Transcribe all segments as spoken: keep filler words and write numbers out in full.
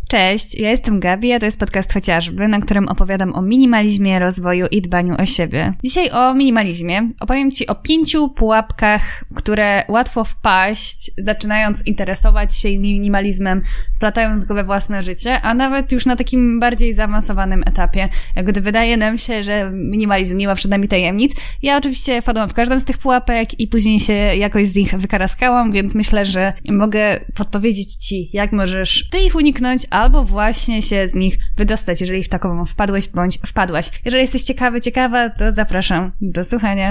Cześć, ja jestem Gabi, a to jest podcast Chociażby, na którym opowiadam o minimalizmie, rozwoju i dbaniu o siebie. Dzisiaj o minimalizmie opowiem Ci o pięciu pułapkach, w które łatwo wpaść, zaczynając interesować się minimalizmem, wplatając go we własne życie, a nawet już na takim bardziej zaawansowanym etapie, gdy wydaje nam się, że minimalizm nie ma przed nami tajemnic. Ja oczywiście wpadłam w każdą z tych pułapek i później się jakoś z nich wykaraskałam, więc myślę, że mogę podpowiedzieć Ci, jak możesz Ty ich uniknąć, albo właśnie się z nich wydostać, jeżeli w taką wpadłeś bądź wpadłaś. Jeżeli jesteś ciekawy, ciekawa, to zapraszam do słuchania.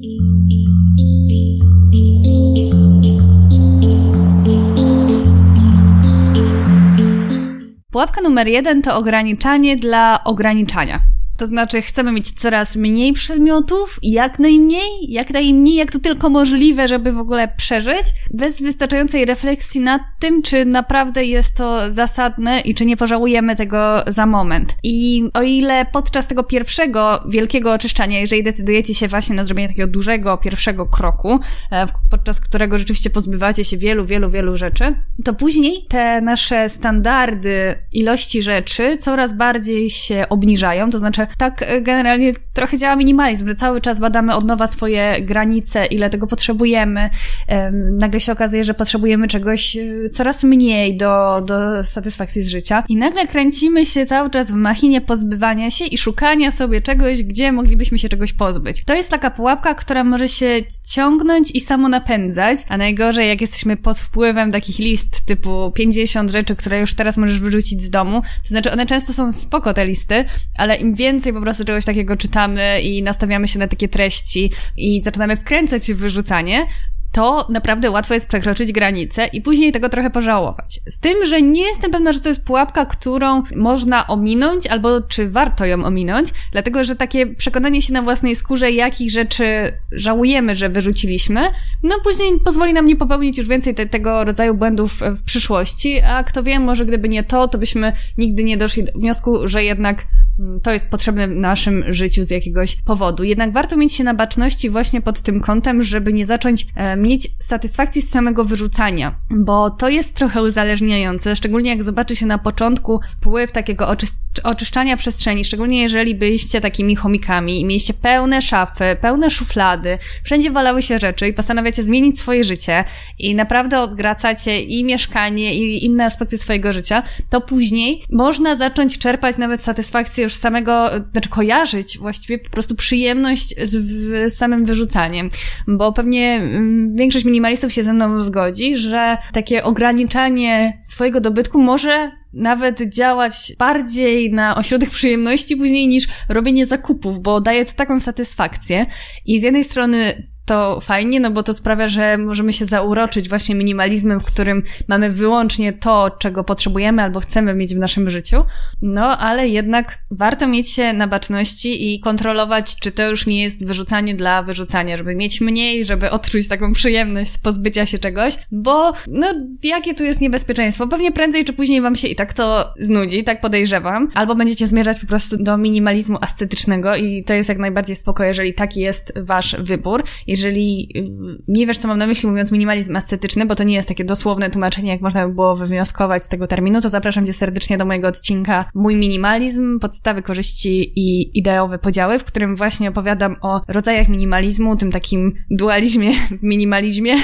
Pułapka numer jeden to ograniczanie dla ograniczania. To znaczy chcemy mieć coraz mniej przedmiotów, jak najmniej, jak najmniej, jak to tylko możliwe, żeby w ogóle przeżyć, bez wystarczającej refleksji nad tym, czy naprawdę jest to zasadne i czy nie pożałujemy tego za moment. I o ile podczas tego pierwszego wielkiego oczyszczania, jeżeli decydujecie się właśnie na zrobienie takiego dużego pierwszego kroku, podczas którego rzeczywiście pozbywacie się wielu, wielu, wielu rzeczy, to później te nasze standardy ilości rzeczy coraz bardziej się obniżają, to znaczy tak generalnie trochę działa minimalizm, że cały czas badamy od nowa swoje granice, ile tego potrzebujemy. Nagle się okazuje, że potrzebujemy czegoś coraz mniej do, do satysfakcji z życia i nagle kręcimy się cały czas w machinie pozbywania się i szukania sobie czegoś, gdzie moglibyśmy się czegoś pozbyć. To jest taka pułapka, która może się ciągnąć i samo napędzać, a najgorzej jak jesteśmy pod wpływem takich list typu pięćdziesiąt rzeczy, które już teraz możesz wyrzucić z domu, to znaczy one często są spoko te listy, ale im więcej Więcej po prostu czegoś takiego czytamy i nastawiamy się na takie treści i zaczynamy wkręcać się w wyrzucanie, to naprawdę łatwo jest przekroczyć granicę i później tego trochę pożałować. Z tym, że nie jestem pewna, że to jest pułapka, którą można ominąć, albo czy warto ją ominąć, dlatego, że takie przekonanie się na własnej skórze, jakich rzeczy żałujemy, że wyrzuciliśmy, no później pozwoli nam nie popełnić już więcej te, tego rodzaju błędów w przyszłości, a kto wie, może gdyby nie to, to byśmy nigdy nie doszli do wniosku, że jednak to jest potrzebne w naszym życiu z jakiegoś powodu. Jednak warto mieć się na baczności właśnie pod tym kątem, żeby nie zacząć e, mieć satysfakcji z samego wyrzucania, bo to jest trochę uzależniające, szczególnie jak zobaczy się na początku wpływ takiego oczysz- oczyszczania przestrzeni, szczególnie jeżeli byliście takimi chomikami i mieliście pełne szafy, pełne szuflady, wszędzie walały się rzeczy i postanawiacie zmienić swoje życie i naprawdę odgracacie i mieszkanie i inne aspekty swojego życia, to później można zacząć czerpać nawet satysfakcję już samego, znaczy kojarzyć właściwie po prostu przyjemność z, w, z samym wyrzucaniem, bo pewnie mm, większość minimalistów się ze mną zgodzi, że takie ograniczanie swojego dobytku może nawet działać bardziej na ośrodek przyjemności później niż robienie zakupów, bo daje to taką satysfakcję i z jednej strony to fajnie, no bo to sprawia, że możemy się zauroczyć właśnie minimalizmem, w którym mamy wyłącznie to, czego potrzebujemy albo chcemy mieć w naszym życiu, no ale jednak warto mieć się na baczności i kontrolować, czy to już nie jest wyrzucanie dla wyrzucania, żeby mieć mniej, żeby odczuć taką przyjemność z pozbycia się czegoś, bo no jakie tu jest niebezpieczeństwo? Pewnie prędzej czy później wam się i tak to znudzi, tak podejrzewam, albo będziecie zmierzać po prostu do minimalizmu ascetycznego i to jest jak najbardziej spoko, jeżeli taki jest wasz wybór. Jeżeli nie wiesz, co mam na myśli mówiąc minimalizm ascetyczny, bo to nie jest takie dosłowne tłumaczenie, jak można by było wywnioskować z tego terminu, to zapraszam Cię serdecznie do mojego odcinka Mój minimalizm, podstawy, korzyści i ideowe podziały, w którym właśnie opowiadam o rodzajach minimalizmu, tym takim dualizmie w minimalizmie,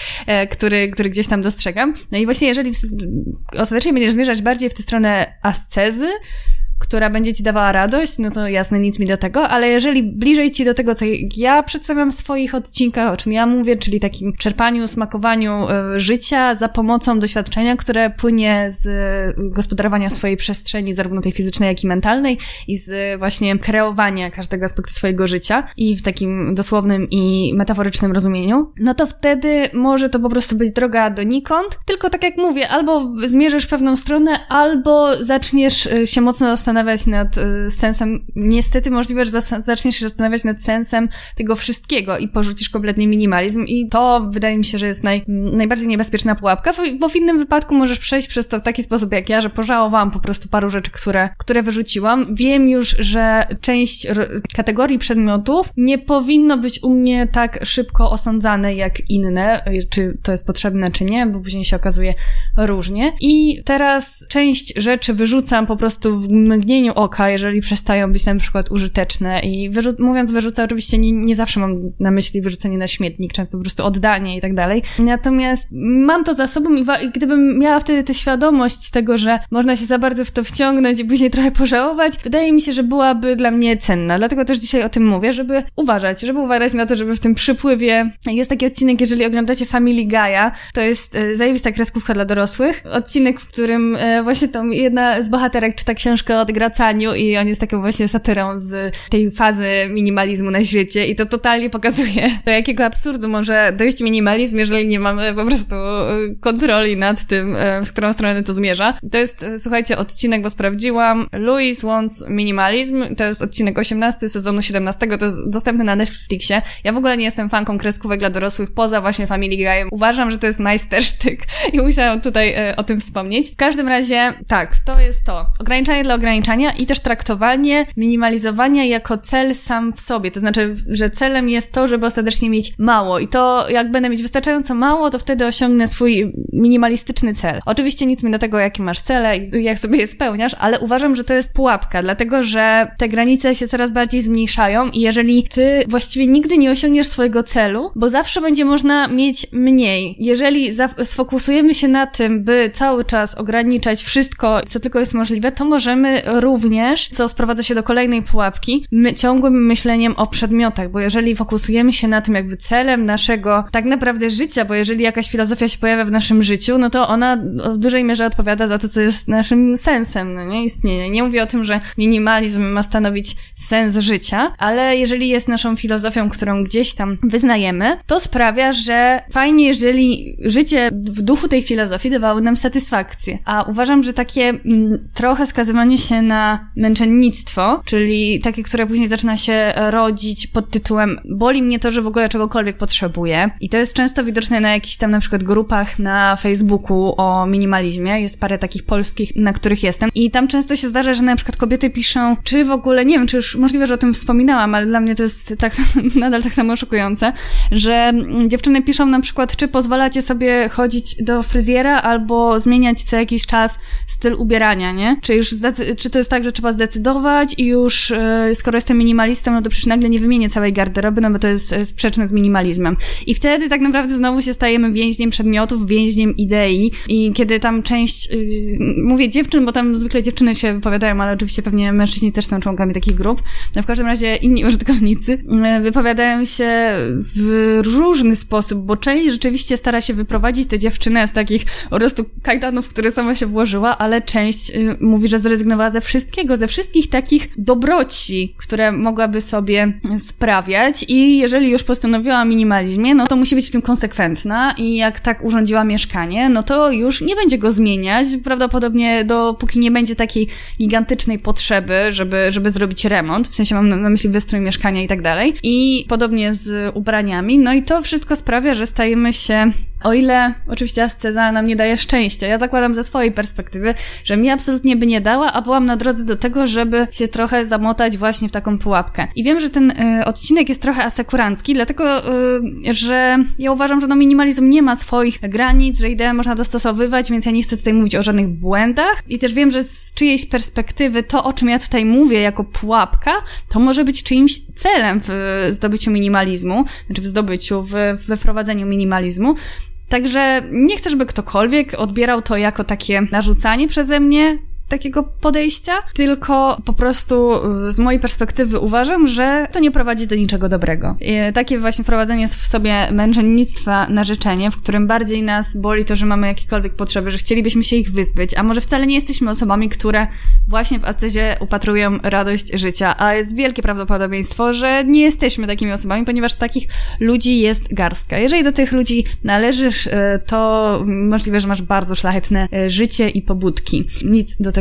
który, który gdzieś tam dostrzegam. No i właśnie jeżeli ostatecznie będziesz zmierzać bardziej w tę stronę ascezy, która będzie Ci dawała radość, no to jasne, nic mi do tego, ale jeżeli bliżej Ci do tego, co ja przedstawiam w swoich odcinkach, o czym ja mówię, czyli takim czerpaniu, smakowaniu y, życia za pomocą doświadczenia, które płynie z y, gospodarowania swojej przestrzeni, zarówno tej fizycznej, jak i mentalnej i z y, właśnie kreowania każdego aspektu swojego życia i w takim dosłownym i metaforycznym rozumieniu, no to wtedy może to po prostu być droga donikąd, tylko tak jak mówię, albo zmierzysz w pewną stronę, albo zaczniesz y, się mocno zastanawiać zastanawiać nad y, sensem, niestety możliwe, że zas- zaczniesz się zastanawiać nad sensem tego wszystkiego i porzucisz kompletnie minimalizm i to wydaje mi się, że jest naj, najbardziej niebezpieczna pułapka, bo w innym wypadku możesz przejść przez to w taki sposób jak ja, że pożałowałam po prostu paru rzeczy, które, które wyrzuciłam. Wiem już, że część r- kategorii przedmiotów nie powinno być u mnie tak szybko osądzane jak inne, czy to jest potrzebne, czy nie, bo później się okazuje różnie. I teraz część rzeczy wyrzucam po prostu w mgnieniu oka, jeżeli przestają być na przykład użyteczne i wyrzu- mówiąc wyrzucę, oczywiście nie, nie zawsze mam na myśli wyrzucenie na śmietnik, często po prostu oddanie i tak dalej. Natomiast mam to za sobą i, wa- i gdybym miała wtedy tę świadomość tego, że można się za bardzo w to wciągnąć i później trochę pożałować, wydaje mi się, że byłaby dla mnie cenna. Dlatego też dzisiaj o tym mówię, żeby uważać, żeby uważać na to, żeby w tym przypływie... Jest taki odcinek, jeżeli oglądacie Family Guy'a, to jest e, zajebista kreskówka dla dorosłych. Odcinek, w którym e, właśnie tam jedna z bohaterek czyta książkę o odgracaniu i on jest taką właśnie satyrą z tej fazy minimalizmu na świecie i to totalnie pokazuje, do jakiego absurdu może dojść minimalizm, jeżeli nie mamy po prostu kontroli nad tym, w którą stronę to zmierza. To jest, słuchajcie, odcinek, bo sprawdziłam. Louis Wants Minimalism. To jest odcinek osiemnasty sezonu siedemnastego. To jest dostępny na Netflixie. Ja w ogóle nie jestem fanką kreskówek dla dorosłych poza właśnie Family Guy'em. Uważam, że to jest majstersztyk i musiałam tutaj e, o tym wspomnieć. W każdym razie, tak, to jest to. Ograniczanie dla ograniczania i też traktowanie minimalizowania jako cel sam w sobie. To znaczy, że celem jest to, żeby ostatecznie mieć mało i to jak będę mieć wystarczająco mało, to wtedy osiągnę swój minimalistyczny cel. Oczywiście nic mi do tego, jakie masz cele i jak sobie je spełniasz, ale uważam, że to jest pułapka, dlatego, że te granice się coraz bardziej zmniejszają i jeżeli ty właściwie nigdy nie osiągniesz swojego celu, bo zawsze będzie można mieć mniej. Jeżeli za- sfokusujemy się na tym, by cały czas ograniczać wszystko, co tylko jest możliwe, to możemy również, co sprowadza się do kolejnej pułapki, my, ciągłym myśleniem o przedmiotach, bo jeżeli fokusujemy się na tym jakby celem naszego tak naprawdę życia, bo jeżeli jakaś filozofia się pojawia w naszym życiu, no to ona w dużej mierze odpowiada za to, co jest naszym sensem, no nie? Istnienia. Nie mówię o tym, że minimalizm ma stanowić sens życia, ale jeżeli jest naszą filozofią, którą gdzieś tam wyznajemy, to sprawia, że fajnie, jeżeli życie w duchu tej filozofii dawało nam satysfakcję. A uważam, że takie m, trochę skazywanie się na męczennictwo, czyli takie, które później zaczyna się rodzić pod tytułem boli mnie to, że w ogóle czegokolwiek potrzebuję. I to jest często widoczne na jakichś tam na przykład grupach na Facebooku o minimalizmie. Jest parę takich polskich, na których jestem. I tam często się zdarza, że na przykład kobiety piszą, czy w ogóle, nie wiem, czy już możliwe, że o tym wspominałam, ale dla mnie to jest tak nadal tak samo szokujące, że dziewczyny piszą na przykład, czy pozwalacie sobie chodzić do fryzjera albo zmieniać co jakiś czas styl ubierania, nie? Czy już zdecy- czy to jest tak, że trzeba zdecydować i już yy, skoro jestem minimalistą, no to przecież nagle nie wymienię całej garderoby, no bo to jest yy, sprzeczne z minimalizmem. I wtedy tak naprawdę znowu się stajemy więźniem przedmiotów, więźniem idei i kiedy tam część, yy, mówię dziewczyn, bo tam zwykle dziewczyny się wypowiadają, ale oczywiście pewnie mężczyźni też są członkami takich grup. No w każdym razie inni użytkownicy yy, wypowiadają się w różny sposób, bo część rzeczywiście stara się wyprowadzić tę dziewczynę z takich po prostu kajdanów, które sama się włożyła, ale część yy, mówi, że zrezygnowała ze wszystkiego, ze wszystkich takich dobroci, które mogłaby sobie sprawiać i jeżeli już postanowiła minimalizmie, no to musi być w tym konsekwentna i jak tak urządziła mieszkanie, no to już nie będzie go zmieniać, prawdopodobnie dopóki nie będzie takiej gigantycznej potrzeby, żeby, żeby zrobić remont, w sensie mam na myśli wystrój mieszkania i tak dalej. I podobnie z ubraniami, no i to wszystko sprawia, że stajemy się, o ile oczywiście asceza nam nie daje szczęścia, ja zakładam ze swojej perspektywy, że mi absolutnie by nie dała, a byłam na drodze do tego, żeby się trochę zamotać właśnie w taką pułapkę. I wiem, że ten y, odcinek jest trochę asekurancki, dlatego, y, że ja uważam, że no minimalizm nie ma swoich granic, że ideę można dostosowywać, więc ja nie chcę tutaj mówić o żadnych błędach i też wiem, że z czyjejś perspektywy to, o czym ja tutaj mówię jako pułapka, to może być czyimś celem w zdobyciu minimalizmu, znaczy w zdobyciu, w, we wprowadzeniu minimalizmu. Także nie chcę, żeby ktokolwiek odbierał to jako takie narzucanie przeze mnie takiego podejścia, tylko po prostu z mojej perspektywy uważam, że to nie prowadzi do niczego dobrego. I takie właśnie wprowadzenie w sobie męczennictwa na życzenie, w którym bardziej nas boli to, że mamy jakiekolwiek potrzeby, że chcielibyśmy się ich wyzbyć, a może wcale nie jesteśmy osobami, które właśnie w ascezie upatrują radość życia, a jest wielkie prawdopodobieństwo, że nie jesteśmy takimi osobami, ponieważ takich ludzi jest garstka. Jeżeli do tych ludzi należysz, to możliwe, że masz bardzo szlachetne życie i pobudki. Nic do tego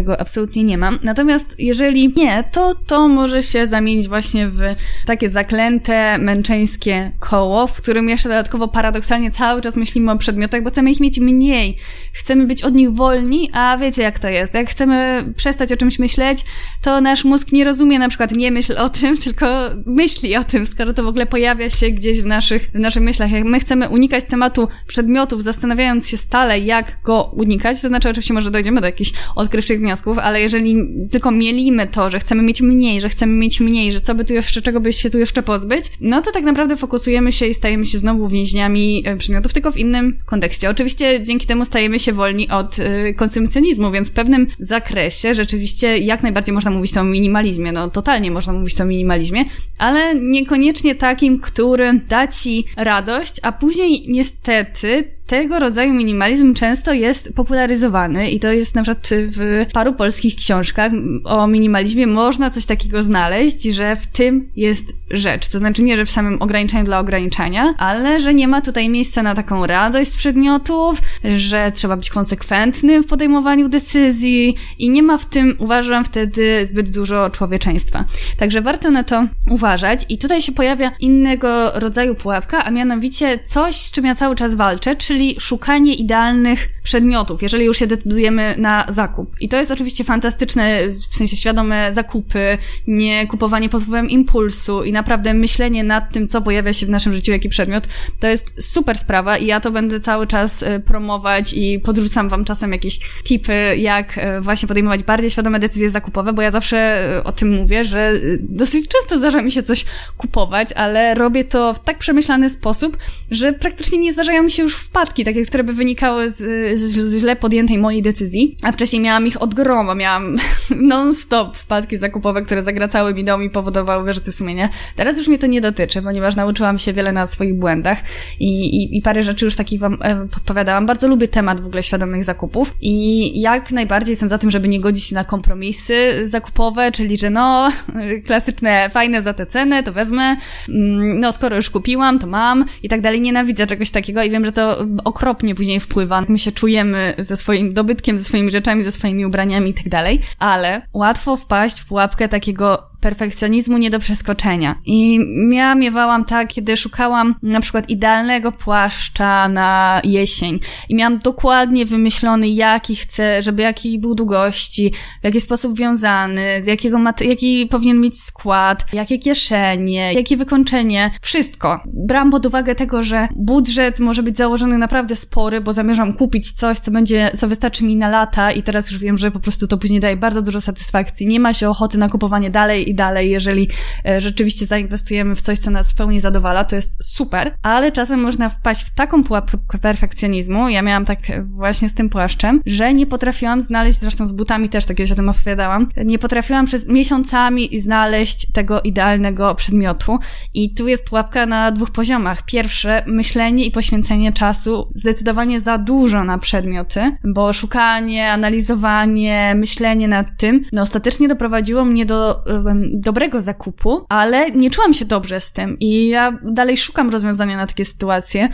tego absolutnie nie mam. Natomiast jeżeli nie, to to może się zamienić właśnie w takie zaklęte, męczeńskie koło, w którym jeszcze dodatkowo paradoksalnie cały czas myślimy o przedmiotach, bo chcemy ich mieć mniej. Chcemy być od nich wolni, a wiecie jak to jest. Jak chcemy przestać o czymś myśleć, to nasz mózg nie rozumie na przykład nie myśl o tym, tylko myśli o tym, skoro to w ogóle pojawia się gdzieś w naszych, w naszych myślach. Jak my chcemy unikać tematu przedmiotów, zastanawiając się stale, jak go unikać, to znaczy oczywiście może dojdziemy do jakichś odkrywczych wniosków, ale jeżeli tylko mielimy to, że chcemy mieć mniej, że chcemy mieć mniej, że co by tu jeszcze, czego by się tu jeszcze pozbyć, no to tak naprawdę fokusujemy się i stajemy się znowu więźniami przedmiotów, tylko w innym kontekście. Oczywiście dzięki temu stajemy się wolni od y, konsumpcjonizmu, więc w pewnym zakresie rzeczywiście jak najbardziej można mówić to o minimalizmie, no totalnie można mówić to o minimalizmie, ale niekoniecznie takim, który da ci radość, a później niestety tego rodzaju minimalizm często jest popularyzowany i to jest na przykład w paru polskich książkach o minimalizmie można coś takiego znaleźć, że w tym jest rzecz. To znaczy nie, że w samym ograniczeniu dla ograniczania, ale że nie ma tutaj miejsca na taką radość z przedmiotów, że trzeba być konsekwentnym w podejmowaniu decyzji i nie ma w tym, uważam, wtedy zbyt dużo człowieczeństwa. Także warto na to uważać i tutaj się pojawia innego rodzaju pułapka, a mianowicie coś, z czym ja cały czas walczę, czyli szukanie idealnych przedmiotów, jeżeli już się decydujemy na zakup. I to jest oczywiście fantastyczne, w sensie świadome zakupy, nie kupowanie pod wpływem impulsu i naprawdę myślenie nad tym, co pojawia się w naszym życiu, jaki przedmiot, to jest super sprawa i ja to będę cały czas promować i podrzucam wam czasem jakieś tipy, jak właśnie podejmować bardziej świadome decyzje zakupowe, bo ja zawsze o tym mówię, że dosyć często zdarza mi się coś kupować, ale robię to w tak przemyślany sposób, że praktycznie nie zdarzają mi się już wpadki, takie, które by wynikały z, z, z źle podjętej mojej decyzji, a wcześniej miałam ich od groma, miałam non-stop wpadki zakupowe, które zagracały mi dom i powodowały wyrzuty sumienia. Teraz już mnie to nie dotyczy, ponieważ nauczyłam się wiele na swoich błędach i, i, i parę rzeczy już takich wam e, podpowiadałam. Bardzo lubię temat w ogóle świadomych zakupów i jak najbardziej jestem za tym, żeby nie godzić się na kompromisy zakupowe, czyli że no, klasyczne, fajne za tę cenę, to wezmę, no skoro już kupiłam, to mam i tak dalej. Nienawidzę czegoś takiego i wiem, że to okropnie później wpływa, jak my się czujemy ze swoim dobytkiem, ze swoimi rzeczami, ze swoimi ubraniami i tak dalej, ale łatwo wpaść w pułapkę takiego perfekcjonizmu nie do przeskoczenia. I ja miewałam tak, kiedy szukałam na przykład idealnego płaszcza na jesień i miałam dokładnie wymyślony, jaki chcę, żeby jaki był długości, w jaki sposób wiązany, z jakiego mat- jaki powinien mieć skład, jakie kieszenie, jakie wykończenie, wszystko. Brałam pod uwagę tego, że budżet może być założony naprawdę spory, bo zamierzam kupić coś, co będzie, co wystarczy mi na lata i teraz już wiem, że po prostu to później daje bardzo dużo satysfakcji. Nie ma się ochoty na kupowanie dalej i dalej, jeżeli e, rzeczywiście zainwestujemy w coś, co nas w pełni zadowala, to jest super, ale czasem można wpaść w taką pułapkę perfekcjonizmu, ja miałam tak właśnie z tym płaszczem, że nie potrafiłam znaleźć, zresztą z butami też tak kiedyś o tym opowiadałam, nie potrafiłam przez miesiącami znaleźć tego idealnego przedmiotu i tu jest pułapka na dwóch poziomach. Pierwsze, myślenie i poświęcenie czasu zdecydowanie za dużo na przedmioty, bo szukanie, analizowanie, myślenie nad tym, no ostatecznie doprowadziło mnie do um, dobrego zakupu, ale nie czułam się dobrze z tym i ja dalej szukam rozwiązania na takie sytuacje,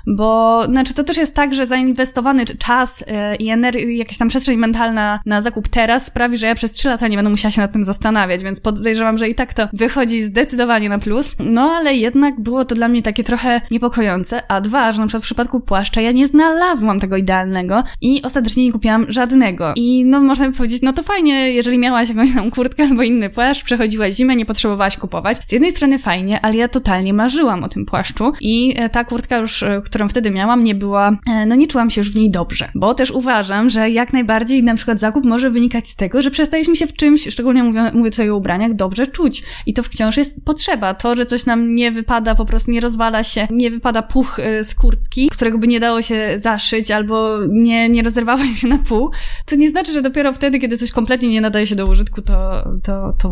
bo znaczy to też jest tak, że zainwestowany czas yy, i ener- jakaś tam przestrzeń mentalna na zakup teraz sprawi, że ja przez trzy lata nie będę musiała się nad tym zastanawiać, więc podejrzewam, że i tak to wychodzi zdecydowanie na plus, no ale jednak było to dla mnie takie trochę niepokojące, a dwa, że na przykład w przypadku płaszcza ja nie znalazłam tego idealnego i ostatecznie nie kupiłam żadnego i no można by powiedzieć, no to fajnie, jeżeli miałaś jakąś tam kurtkę albo inny płaszcz, przechodziłaś zimę, nie potrzebowałaś kupować. Z jednej strony fajnie, ale ja totalnie marzyłam o tym płaszczu i ta kurtka już, którą wtedy miałam, nie była, no nie czułam się już w niej dobrze, bo też uważam, że jak najbardziej na przykład zakup może wynikać z tego, że przestaliśmy się w czymś, szczególnie mówię, mówię tutaj o ubraniach, dobrze czuć i to wciąż jest potrzeba. To, że coś nam nie wypada, po prostu nie rozwala się, nie wypada puch z kurtki, którego by nie dało się zaszyć albo nie, nie rozerwała się na pół, to nie znaczy, że dopiero wtedy, kiedy coś kompletnie nie nadaje się do użytku, to, to, to, to można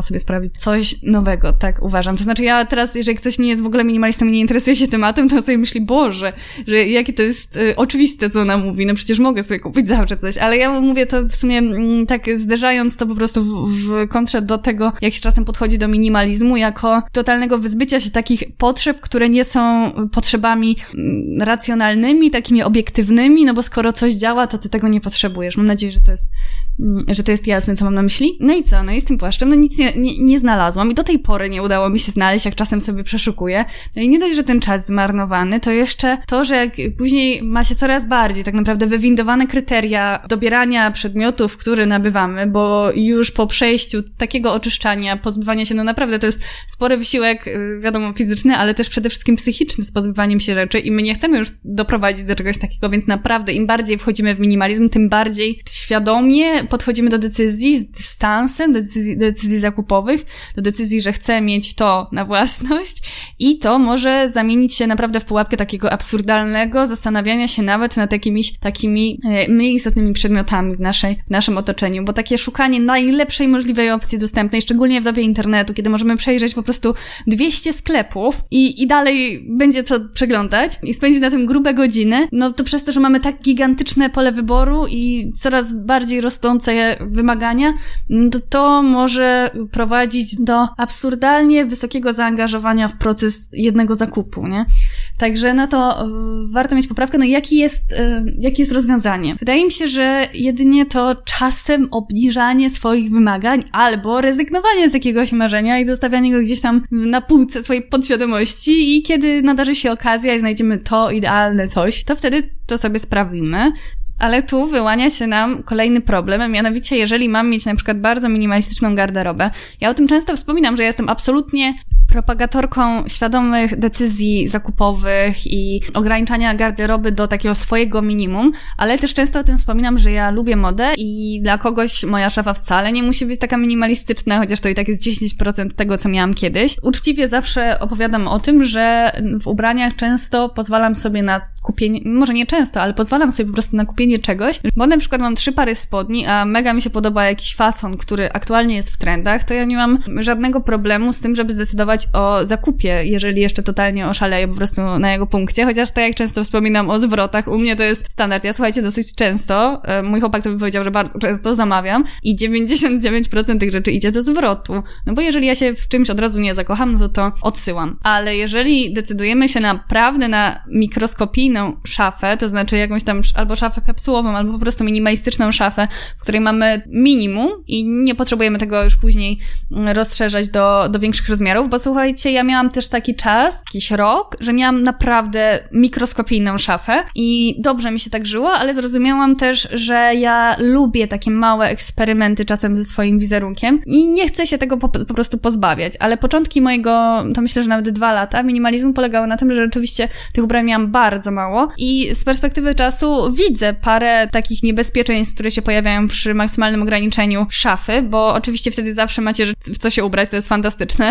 sobie sprawić coś nowego, tak uważam. To znaczy ja teraz, jeżeli ktoś nie jest w ogóle minimalistą i nie interesuje się tematem, to sobie myśli, Boże, że jakie to jest y, oczywiste, co ona mówi, no przecież mogę sobie kupić zawsze coś, ale ja mówię to w sumie m, tak zderzając to po prostu w, w kontrze do tego, jak się czasem podchodzi do minimalizmu, jako totalnego wyzbycia się takich potrzeb, które nie są potrzebami m, racjonalnymi, takimi obiektywnymi, no bo skoro coś działa, to ty tego nie potrzebujesz. Mam nadzieję, że to jest, m, że to jest jasne, co mam na myśli. No i co? No i z tym płaszczem, no nic nie, nie, nie znalazłam i do tej pory nie udało mi się znaleźć, jak czasem sobie przeszukuję. No i nie dość, że ten czas zmarnowany, to jeszcze to, że jak później ma się coraz bardziej tak naprawdę wywindowane kryteria dobierania przedmiotów, które nabywamy, bo już po przejściu takiego oczyszczania, pozbywania się, no naprawdę to jest spory wysiłek, wiadomo, fizyczny, ale też przede wszystkim psychiczny z pozbywaniem się rzeczy i my nie chcemy już doprowadzić do czegoś takiego, więc naprawdę im bardziej wchodzimy w minimalizm, tym bardziej świadomie podchodzimy do decyzji z dystansem, do decyzji, do decyzji zakupowych, do decyzji, że chcę mieć to na własność i to może zamienić się naprawdę w pułapkę takiego absurdalnego zastanawiania się nawet nad jakimiś takimi e, mniej istotnymi przedmiotami w naszej, w naszym otoczeniu, bo takie szukanie najlepszej możliwej opcji dostępnej, szczególnie w dobie internetu, kiedy możemy przejrzeć po prostu dwieście sklepów i, i dalej będzie co przeglądać i spędzić na tym grube godziny, no to przez to, że mamy tak gigantyczne pole wyboru i coraz bardziej rosnące wymagania, to, to może prowadzić do absurdalnie wysokiego zaangażowania w proces jednego zakupu, nie? Także na to y, warto mieć poprawkę. No i jaki jest, y, jakie jest rozwiązanie? Wydaje mi się, że jedynie to czasem obniżanie swoich wymagań albo rezygnowanie z jakiegoś marzenia i zostawianie go gdzieś tam na półce swojej podświadomości i kiedy nadarzy się okazja i znajdziemy to idealne coś, to wtedy to sobie sprawimy. Ale tu wyłania się nam kolejny problem, mianowicie jeżeli mam mieć na przykład bardzo minimalistyczną garderobę. Ja o tym często wspominam, że ja jestem absolutnie propagatorką świadomych decyzji zakupowych i ograniczania garderoby do takiego swojego minimum, ale też często o tym wspominam, że ja lubię modę i dla kogoś moja szafa wcale nie musi być taka minimalistyczna, chociaż to i tak jest dziesięć procent tego, co miałam kiedyś. Uczciwie zawsze opowiadam o tym, że w ubraniach często pozwalam sobie na kupienie, może nie często, ale pozwalam sobie po prostu na kupienie czegoś, bo na przykład mam trzy pary spodni, a mega mi się podoba jakiś fason, który aktualnie jest w trendach, to ja nie mam żadnego problemu z tym, żeby zdecydować o zakupie, jeżeli jeszcze totalnie oszaleję po prostu na jego punkcie, chociaż tak jak często wspominam o zwrotach, u mnie to jest standard. Ja słuchajcie, dosyć często, mój chłopak to by powiedział, że bardzo często zamawiam i dziewięćdziesiąt dziewięć procent tych rzeczy idzie do zwrotu. No bo jeżeli ja się w czymś od razu nie zakocham, no to to odsyłam. Ale jeżeli decydujemy się naprawdę na mikroskopijną szafę, to znaczy jakąś tam albo szafę kapsułową, albo po prostu minimalistyczną szafę, w której mamy minimum i nie potrzebujemy tego już później rozszerzać do, do większych rozmiarów, bo słuchajcie, ja miałam też taki czas, jakiś rok, że miałam naprawdę mikroskopijną szafę i dobrze mi się tak żyło, ale zrozumiałam też, że ja lubię takie małe eksperymenty czasem ze swoim wizerunkiem i nie chcę się tego po, po prostu pozbawiać, ale początki mojego, to myślę, że nawet dwa lata minimalizmu polegały na tym, że rzeczywiście tych ubrań miałam bardzo mało i z perspektywy czasu widzę parę takich niebezpieczeństw, które się pojawiają przy maksymalnym ograniczeniu szafy, bo oczywiście wtedy zawsze macie w co się ubrać, to jest fantastyczne,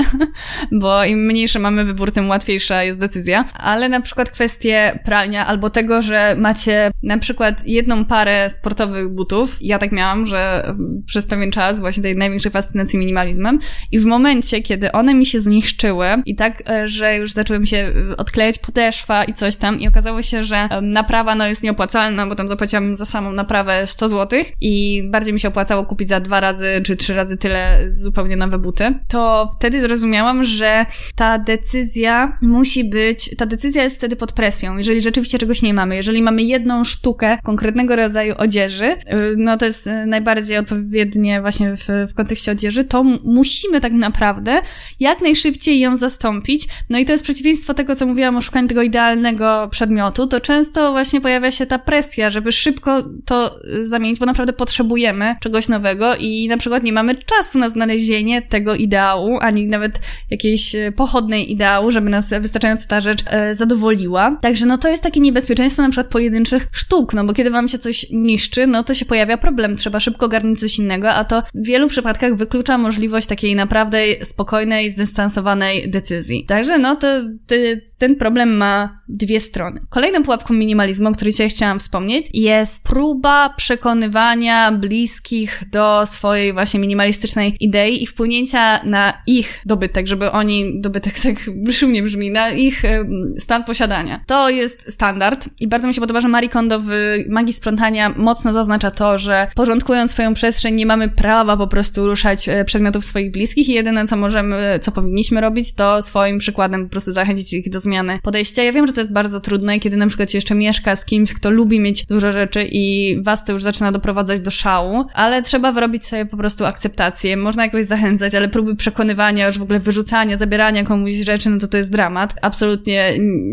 bo im mniejszy mamy wybór, tym łatwiejsza jest decyzja, ale na przykład kwestie prania albo tego, że macie na przykład jedną parę sportowych butów, ja tak miałam, że przez pewien czas właśnie tej największej fascynacji minimalizmem i w momencie, kiedy one mi się zniszczyły i tak, że już zaczęły mi się odklejać podeszwa i coś tam i okazało się, że naprawa no jest nieopłacalna, bo tam zapłaciłam za samą naprawę sto złotych i bardziej mi się opłacało kupić za dwa razy czy trzy razy tyle zupełnie nowe buty, to wtedy zrozumiałam, że ta decyzja musi być, ta decyzja jest wtedy pod presją, jeżeli rzeczywiście czegoś nie mamy, jeżeli mamy jedną sztukę konkretnego rodzaju odzieży, no to jest najbardziej odpowiednie właśnie w, w kontekście odzieży, to m- musimy tak naprawdę jak najszybciej ją zastąpić, no i to jest przeciwieństwo tego, co mówiłam o szukaniu tego idealnego przedmiotu, to często właśnie pojawia się ta presja, żeby szybko to zamienić, bo naprawdę potrzebujemy czegoś nowego i na przykład nie mamy czasu na znalezienie tego ideału, ani nawet jakiejś pochodnej ideału, żeby nas wystarczająco ta rzecz e, zadowoliła. Także no to jest takie niebezpieczeństwo na przykład pojedynczych sztuk, no bo kiedy wam się coś niszczy, no to się pojawia problem, trzeba szybko ogarnąć coś innego, a to w wielu przypadkach wyklucza możliwość takiej naprawdę spokojnej, zdystansowanej decyzji. Także no to ty, ten problem ma dwie strony. Kolejną pułapką minimalizmu, o której dzisiaj chciałam wspomnieć, jest próba przekonywania bliskich do swojej właśnie minimalistycznej idei i wpłynięcia na ich dobytek, żeby oni, dobytek tak szumnie brzmi, na ich stan posiadania. To jest standard i bardzo mi się podoba, że Marie Kondo w Magii Sprzątania mocno zaznacza to, że porządkując swoją przestrzeń nie mamy prawa po prostu ruszać przedmiotów swoich bliskich i jedyne co możemy, co powinniśmy robić, to swoim przykładem po prostu zachęcić ich do zmiany podejścia. Ja wiem, że to jest bardzo trudne, kiedy na przykład się jeszcze mieszka z kimś, kto lubi mieć dużo rzeczy i was to już zaczyna doprowadzać do szału, ale trzeba wyrobić sobie po prostu akceptację. Można jakoś zachęcać, ale próby przekonywania, już w ogóle wyrzucania, zabierania komuś rzeczy, no to to jest dramat. Absolutnie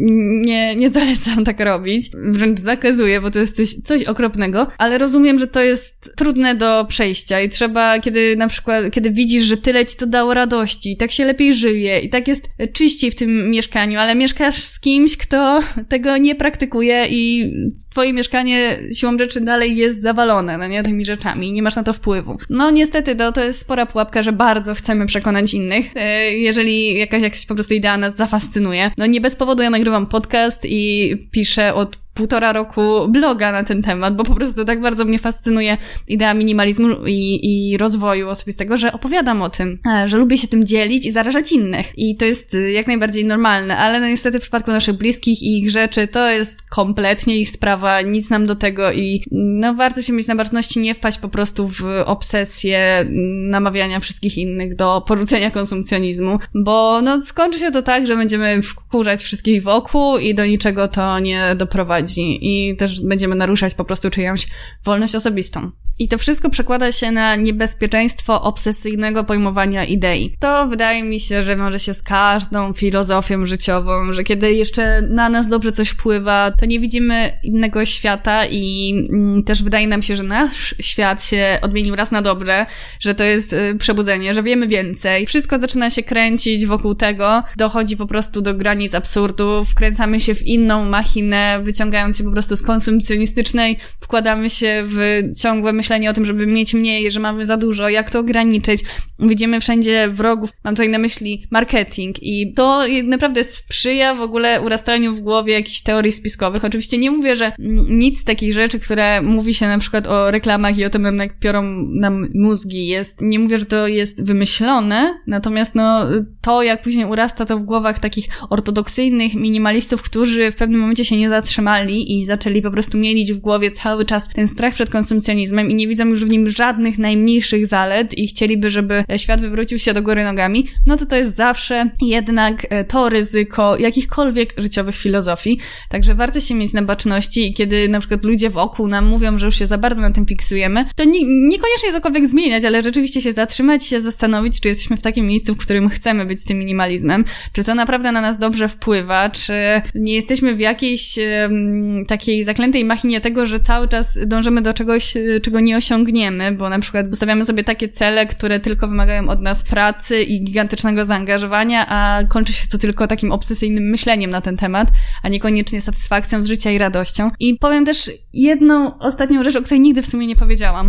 nie, nie zalecam tak robić. Wręcz zakazuję, bo to jest coś, coś okropnego, ale rozumiem, że to jest trudne do przejścia i trzeba, kiedy na przykład, kiedy widzisz, że tyle ci to dało radości i tak się lepiej żyje i tak jest czyściej w tym mieszkaniu, ale mieszkasz z kimś, kto tego nie praktykuje i twoje mieszkanie siłą rzeczy dalej jest zawalone, no nie, tymi rzeczami i nie masz na to wpływu. No niestety to, to jest spora pułapka, że bardzo chcemy przekonać innych, jeżeli jakaś, jakaś po prostu idea nas zafascynuje. No nie bez powodu ja nagrywam podcast i piszę od półtora roku bloga na ten temat, bo po prostu tak bardzo mnie fascynuje idea minimalizmu i, i rozwoju osobistego, że opowiadam o tym, że lubię się tym dzielić i zarażać innych. I to jest jak najbardziej normalne, ale no niestety w przypadku naszych bliskich i ich rzeczy to jest kompletnie ich sprawa, nic nam do tego i no warto się mieć na baczności, nie wpaść po prostu w obsesję namawiania wszystkich innych do porzucenia konsumpcjonizmu, bo no skończy się to tak, że będziemy wkurzać wszystkich wokół i do niczego to nie doprowadzi. I też będziemy naruszać po prostu czyjąś wolność osobistą. I to wszystko przekłada się na niebezpieczeństwo obsesyjnego pojmowania idei. To wydaje mi się, że wiąże się z każdą filozofią życiową, że kiedy jeszcze na nas dobrze coś wpływa, to nie widzimy innego świata i mm, też wydaje nam się, że nasz świat się odmienił raz na dobre, że to jest y, przebudzenie, że wiemy więcej. Wszystko zaczyna się kręcić wokół tego, dochodzi po prostu do granic absurdu, wkręcamy się w inną machinę, wyciągając się po prostu z konsumpcjonistycznej, wkładamy się w ciągłe myślenie o tym, żeby mieć mniej, że mamy za dużo, jak to ograniczyć. Widzimy wszędzie wrogów, mam tutaj na myśli marketing i to naprawdę sprzyja w ogóle urastaniu w głowie jakichś teorii spiskowych. Oczywiście nie mówię, że nic z takich rzeczy, które mówi się na przykład o reklamach i o tym, jak piorą nam mózgi jest, nie mówię, że to jest wymyślone, natomiast no to, jak później urasta to w głowach takich ortodoksyjnych minimalistów, którzy w pewnym momencie się nie zatrzymali i zaczęli po prostu mielić w głowie cały czas ten strach przed konsumpcjonizmem i nie widzą już w nim żadnych najmniejszych zalet i chcieliby, żeby świat wywrócił się do góry nogami, no to to jest zawsze jednak to ryzyko jakichkolwiek życiowych filozofii. Także warto się mieć na baczności i kiedy na przykład ludzie wokół nam mówią, że już się za bardzo na tym fiksujemy, to nie, niekoniecznie cokolwiek zmieniać, ale rzeczywiście się zatrzymać i się zastanowić, czy jesteśmy w takim miejscu, w którym chcemy być z tym minimalizmem, czy to naprawdę na nas dobrze wpływa, czy nie jesteśmy w jakiejś um, takiej zaklętej machinie tego, że cały czas dążymy do czegoś, czego nie osiągniemy, bo na przykład ustawiamy sobie takie cele, które tylko wymagają od nas pracy i gigantycznego zaangażowania, a kończy się to tylko takim obsesyjnym myśleniem na ten temat, a niekoniecznie satysfakcją z życia i radością. I powiem też jedną ostatnią rzecz, o której nigdy w sumie nie powiedziałam,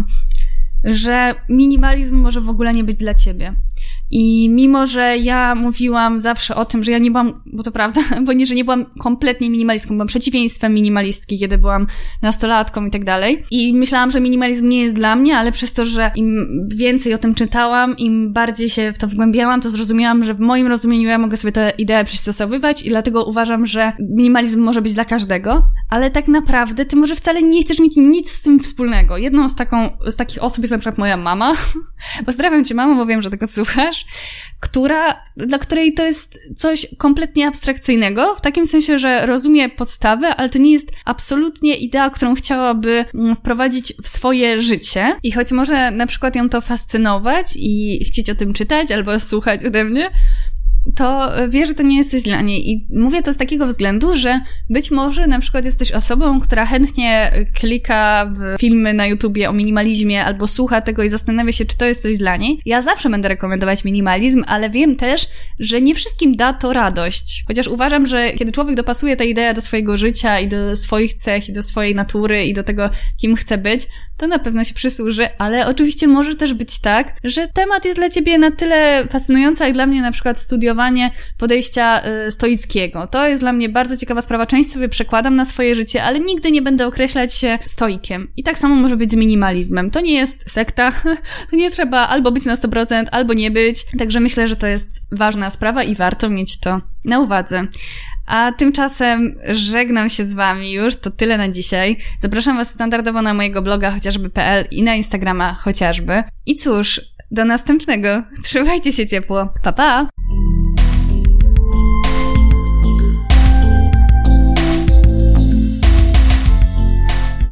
że minimalizm może w ogóle nie być dla ciebie. I mimo, że ja mówiłam zawsze o tym, że ja nie byłam, bo to prawda, bo nie, że nie byłam kompletnie minimalistką, byłam przeciwieństwem minimalistki, kiedy byłam nastolatką i tak dalej. I myślałam, że minimalizm nie jest dla mnie, ale przez to, że im więcej o tym czytałam, im bardziej się w to wgłębiałam, to zrozumiałam, że w moim rozumieniu ja mogę sobie tę ideę przystosowywać i dlatego uważam, że minimalizm może być dla każdego, ale tak naprawdę ty może wcale nie chcesz mieć nic z tym wspólnego. Jedną z taką, z takich osób jest na przykład moja mama. Pozdrawiam cię, mamo, bo wiem, że tego słuchasz. Która, dla której to jest coś kompletnie abstrakcyjnego, w takim sensie, że rozumie podstawę, ale to nie jest absolutnie idea, którą chciałaby wprowadzić w swoje życie. I choć może na przykład ją to fascynować i chcieć o tym czytać albo słuchać ode mnie, to wie, że to nie jest coś dla niej. I mówię to z takiego względu, że być może na przykład jesteś osobą, która chętnie klika w filmy na YouTubie o minimalizmie albo słucha tego i zastanawia się, czy to jest coś dla niej. Ja zawsze będę rekomendować minimalizm, ale wiem też, że nie wszystkim da to radość. Chociaż uważam, że kiedy człowiek dopasuje tę ideę do swojego życia i do swoich cech i do swojej natury i do tego, kim chce być, to na pewno się przysłuży, ale oczywiście może też być tak, że temat jest dla ciebie na tyle fascynujący, jak dla mnie na przykład studiowanie praktykowanie podejścia y, stoickiego. To jest dla mnie bardzo ciekawa sprawa. Część sobie przekładam na swoje życie, ale nigdy nie będę określać się stoikiem. I tak samo może być z minimalizmem. To nie jest sekta, to nie trzeba albo być na sto procent, albo nie być. Także myślę, że to jest ważna sprawa i warto mieć to na uwadze. A tymczasem żegnam się z wami już, to tyle na dzisiaj. Zapraszam was standardowo na mojego bloga chociażby kropka pe el i na Instagrama chociażby. I cóż, do następnego. Trzymajcie się ciepło. Pa, pa!